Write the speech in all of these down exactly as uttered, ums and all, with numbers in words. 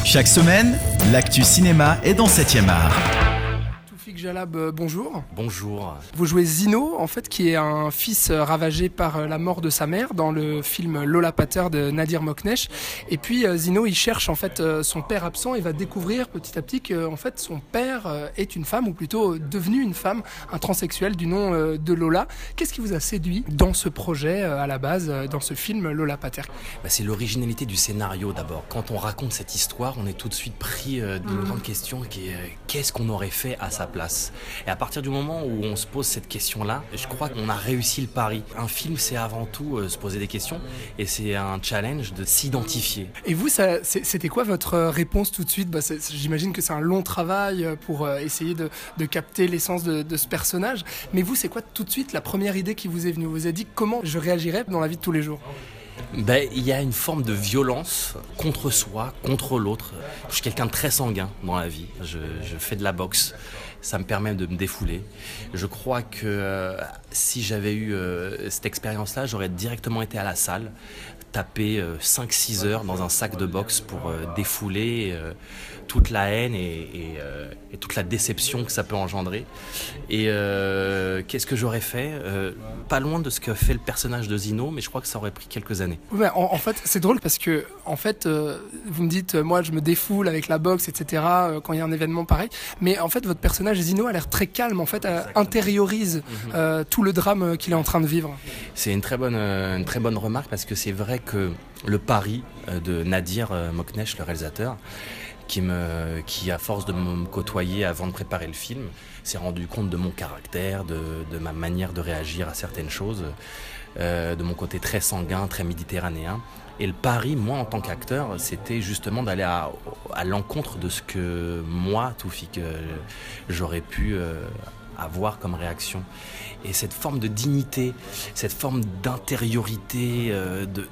Chaque semaine, l'actu cinéma est dans septième art. Toufik Jalab, euh, bonjour. Bonjour. Vous jouez Zino, en fait, qui est un fils euh, ravagé par euh, la mort de sa mère dans le film Lola Pater de Nadir Moknesh. Et puis euh, Zino, il cherche en fait euh, son père absent et va découvrir petit à petit que en fait son père euh, est une femme, ou plutôt euh, devenue une femme, un transsexuel du nom euh, de Lola. Qu'est-ce qui vous a séduit dans ce projet euh, à la base, euh, dans ce film Lola Pater? Bah, c'est l'originalité du scénario d'abord. Quand on raconte cette histoire, on est tout de suite pris euh, d'une mmh. grande question qui est euh, qu'est-ce qu'on aurait fait à sa place? Et à partir du moment où on se pose cette question-là, je crois qu'on a réussi le pari. Un film, c'est avant tout euh, se poser des questions et c'est un challenge de s'identifier. Et vous, ça, c'était quoi votre réponse tout de suite? Bah, j'imagine que c'est un long travail pour euh, essayer de, de capter l'essence de, de ce personnage. Mais vous, c'est quoi tout de suite la première idée qui vous est venue? Vous vous avez dit comment je réagirais dans la vie de tous les jours? Ben, il y a une forme de violence contre soi, contre l'autre. Je suis quelqu'un de très sanguin dans la vie. Je, je fais de la boxe. Ça me permet de me défouler. Je crois que euh, si j'avais eu euh, cette expérience-là, j'aurais directement été à la salle, taper euh, cinq six heures dans un sac de boxe pour euh, défouler euh, toute la haine et, et, euh, et toute la déception que ça peut engendrer. Et euh, qu'est-ce que j'aurais fait? euh, Pas loin de ce que fait le personnage de Zino, mais je crois que ça aurait pris quelques années. Ouais, en, en fait, c'est drôle parce que, en fait, euh, vous me dites, euh, moi, je me défoule avec la boxe, et cetera, euh, quand il y a un événement pareil. Mais en fait, votre personnage Zino a l'air très calme, en fait, euh, intériorise euh, tout le drame qu'il est en train de vivre. C'est une très bonne, euh, une très bonne remarque parce que c'est vrai que le pari euh, de Nadir euh, Moknesh, le réalisateur, qui, me, qui à force de me côtoyer avant de préparer le film, s'est rendu compte de mon caractère, de, de ma manière de réagir à certaines choses, euh, de mon côté très sanguin, très méditerranéen. Et le pari, moi, en tant qu'acteur, c'était justement d'aller à, à l'encontre de ce que moi, Toufik, euh, j'aurais pu euh, avoir comme réaction. Et cette forme de dignité, cette forme d'intériorité, euh, de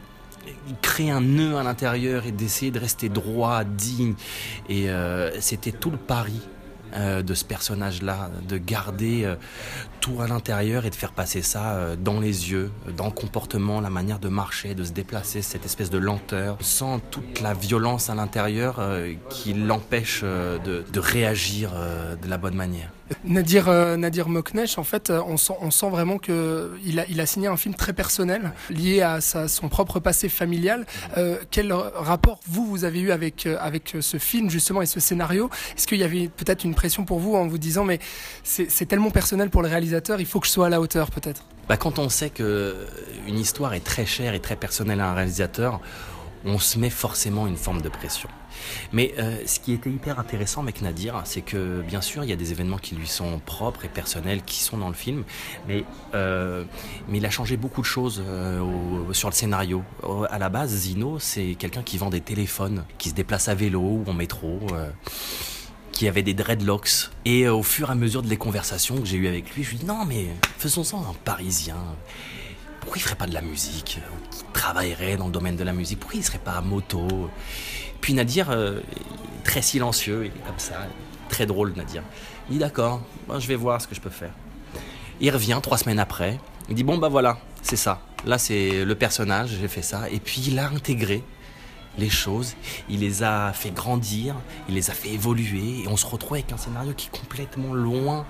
créer un nœud à l'intérieur et d'essayer de rester droit, digne. Et euh, c'était tout le pari euh, de ce personnage-là, de garder euh, tout à l'intérieur et de faire passer ça euh, dans les yeux, dans le comportement, la manière de marcher, de se déplacer, cette espèce de lenteur, sans toute la violence à l'intérieur euh, qui l'empêche euh, de, de réagir euh, de la bonne manière. Nadir, euh, Nadir Moknesh, en fait, on sent, on sent vraiment qu'il a, il a signé un film très personnel, lié à sa, son propre passé familial. Euh, quel rapport, vous, vous avez eu avec, avec ce film, justement, et ce scénario? Est-ce qu'il y avait peut-être une pression pour vous en vous disant, mais c'est, c'est tellement personnel pour le réalisateur, il faut que je sois à la hauteur, peut-être? Bah, quand on sait qu'une histoire est très chère et très personnelle à un réalisateur, on se met forcément une forme de pression. Mais euh, ce qui était hyper intéressant avec Nadir, c'est que bien sûr il y a des événements qui lui sont propres et personnels, qui sont dans le film, mais, euh, mais il a changé beaucoup de choses euh, au, sur le scénario. À la base, Zino, c'est quelqu'un qui vend des téléphones, qui se déplace à vélo ou en métro, euh, qui avait des dreadlocks. Et euh, au fur et à mesure de les conversations que j'ai eues avec lui, je lui dis non mais faisons ça en Parisien. Pourquoi il ferait pas de la musique? Qui travaillerait dans le domaine de la musique? Pourquoi il serait pas à moto? Puis Nadir, euh, très silencieux, il est comme ça, très drôle Nadir. Il dit d'accord, ben, je vais voir ce que je peux faire. Il revient trois semaines après, il dit bon bah voilà, c'est ça. Là c'est le personnage, j'ai fait ça. Et puis il a intégré les choses, il les a fait grandir, il les a fait évoluer. Et on se retrouve avec un scénario qui est complètement loin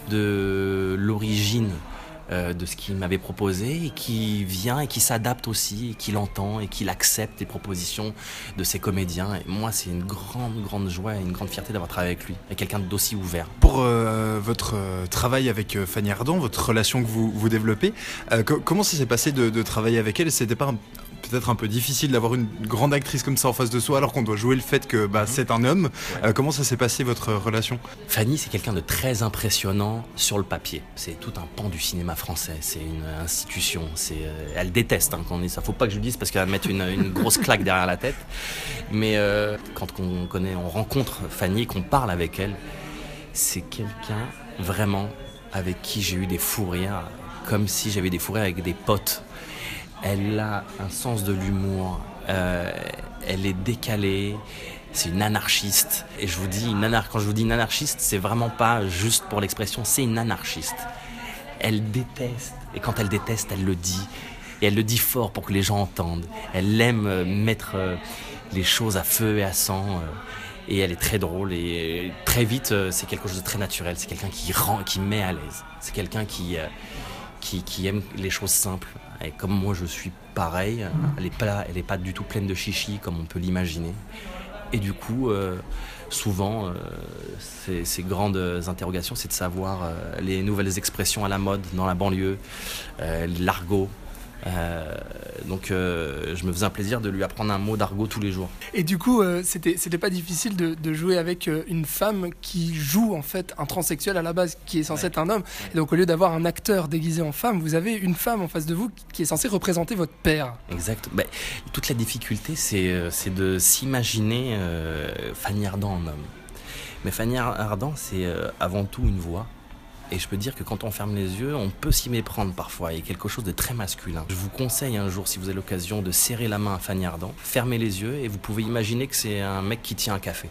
de l'origine Euh, de ce qu'il m'avait proposé et qui vient et qui s'adapte aussi et qui l'entend et qui accepte les propositions de ses comédiens. Et moi, c'est une grande, grande joie et une grande fierté d'avoir travaillé avec lui, avec quelqu'un d'aussi ouvert. Pour euh, votre euh, travail avec euh, Fanny Ardant, votre relation que vous, vous développez, euh, co- comment ça s'est passé de, de travailler avec elle? C'était pas un, peut-être un peu difficile d'avoir une grande actrice comme ça en face de soi alors qu'on doit jouer le fait que bah, c'est un homme. Ouais. Euh, comment ça s'est passé votre relation? Fanny, c'est quelqu'un de très impressionnant sur le papier. C'est tout un pan du cinéma français. C'est une institution. C'est, euh, elle déteste hein, quand on dit ça. Faut pas que je le dise parce qu'elle va mettre une, une grosse claque derrière la tête. Mais euh, quand on connaît, on rencontre Fanny, qu'on parle avec elle, c'est quelqu'un vraiment avec qui j'ai eu des fous rires, comme si j'avais des fous rires avec des potes. Elle a un sens de l'humour, euh, elle est décalée, c'est une anarchiste. Et je vous dis, une anar- quand je vous dis une anarchiste, c'est vraiment pas juste pour l'expression, c'est une anarchiste. Elle déteste, et quand elle déteste, elle le dit. Et elle le dit fort pour que les gens entendent. Elle aime mettre les choses à feu et à sang. et elle est très drôle et très vite c'est quelque chose de très naturel, c'est quelqu'un qui rend, qui met à l'aise, c'est quelqu'un qui, qui, qui aime les choses simples et comme moi je suis pareil, elle n'est pas, elle est pas du tout pleine de chichi comme on peut l'imaginer et du coup euh, souvent euh, ces, ces grandes interrogations c'est de savoir euh, les nouvelles expressions à la mode dans la banlieue, euh, l'argot. Euh, donc euh, je me faisais un plaisir de lui apprendre un mot d'argot tous les jours. Et du coup, euh, c'était, c'était pas difficile de, de jouer avec euh, une femme qui joue en fait un transsexuel à la base, qui est censé ouais. être un homme. Et donc au lieu d'avoir un acteur déguisé en femme, vous avez une femme en face de vous qui est censée représenter votre père. Exact. Ben, toute la difficulté, c'est, c'est de s'imaginer euh, Fanny Ardant en homme. Mais Fanny Ardant, c'est euh, avant tout une voix. Et je peux dire que quand on ferme les yeux, on peut s'y méprendre parfois. Il y a quelque chose de très masculin. Je vous conseille un jour, si vous avez l'occasion, de serrer la main à Fanny Ardant, fermez les yeux et vous pouvez imaginer que c'est un mec qui tient un café.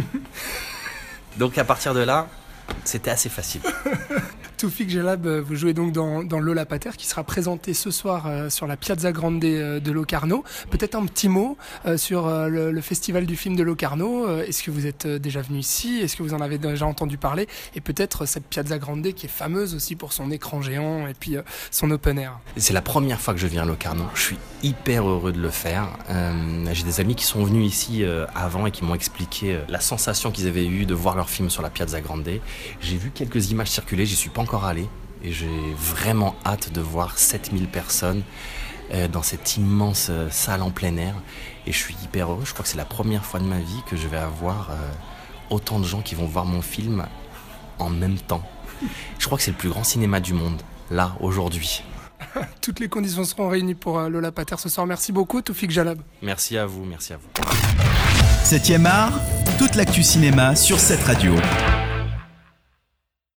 Donc à partir de là, c'était assez facile. Taoufik Jalab, vous jouez donc dans, dans Lola Pater qui sera présenté ce soir euh, sur la Piazza Grande de Locarno. Peut-être un petit mot euh, sur euh, le, le festival du film de Locarno. Euh, est-ce que vous êtes déjà venu ici ? Est-ce que vous en avez déjà entendu parler ? Et peut-être cette Piazza Grande qui est fameuse aussi pour son écran géant et puis euh, son open air. C'est la première fois que je viens à Locarno. Je suis hyper heureux de le faire. Euh, j'ai des amis qui sont venus ici euh, avant et qui m'ont expliqué euh, la sensation qu'ils avaient eue de voir leur film sur la Piazza Grande. J'ai vu quelques images circuler, j'y suis pas encore allé et j'ai vraiment hâte de voir sept mille personnes euh, dans cette immense euh, salle en plein air et je suis hyper heureux, je crois que c'est la première fois de ma vie que je vais avoir euh, autant de gens qui vont voir mon film en même temps. Je crois que c'est le plus grand cinéma du monde, là, aujourd'hui. Toutes les conditions seront réunies pour euh, Lola Pater ce soir. Merci beaucoup, Taoufik Jalab. Merci à vous, merci à vous. septième art, toute l'actu cinéma sur cette radio.